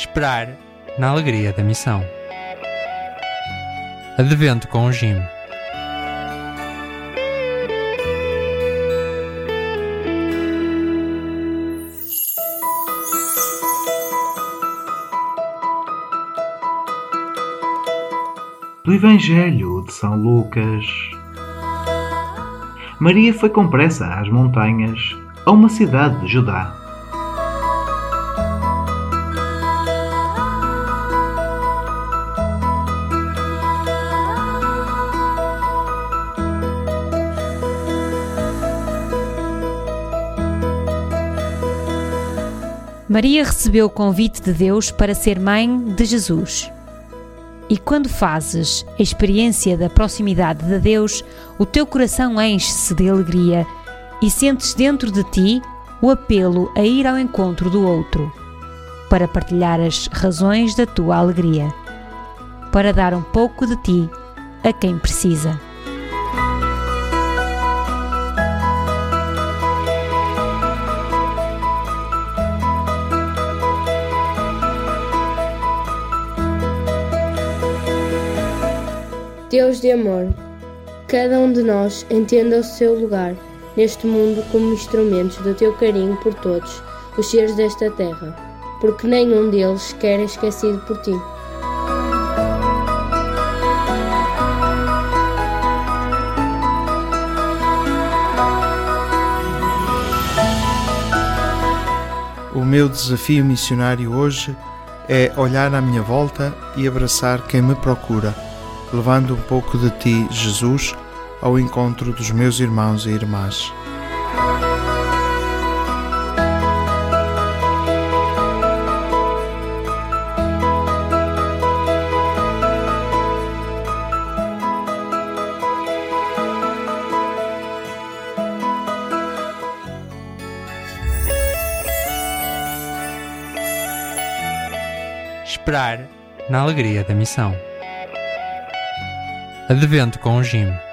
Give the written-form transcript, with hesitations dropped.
Esperar na alegria da missão. Advento com o Jim. Do Evangelho de São Lucas. Maria foi com pressa às montanhas, a uma cidade de Judá. Maria recebeu o convite de Deus para ser mãe de Jesus. E quando fazes a experiência da proximidade de Deus, o teu coração enche-se de alegria e sentes dentro de ti o apelo a ir ao encontro do outro, para partilhar as razões da tua alegria, para dar um pouco de ti a quem precisa. Deus de amor, cada um de nós entenda o seu lugar neste mundo como instrumentos do teu carinho por todos os seres desta terra, porque nenhum deles quer esquecido por ti. O meu desafio missionário hoje é olhar à minha volta e abraçar quem me procura, levando um pouco de ti, Jesus, ao encontro dos meus irmãos e irmãs. Esperar na alegria da missão. Advento com o Jim.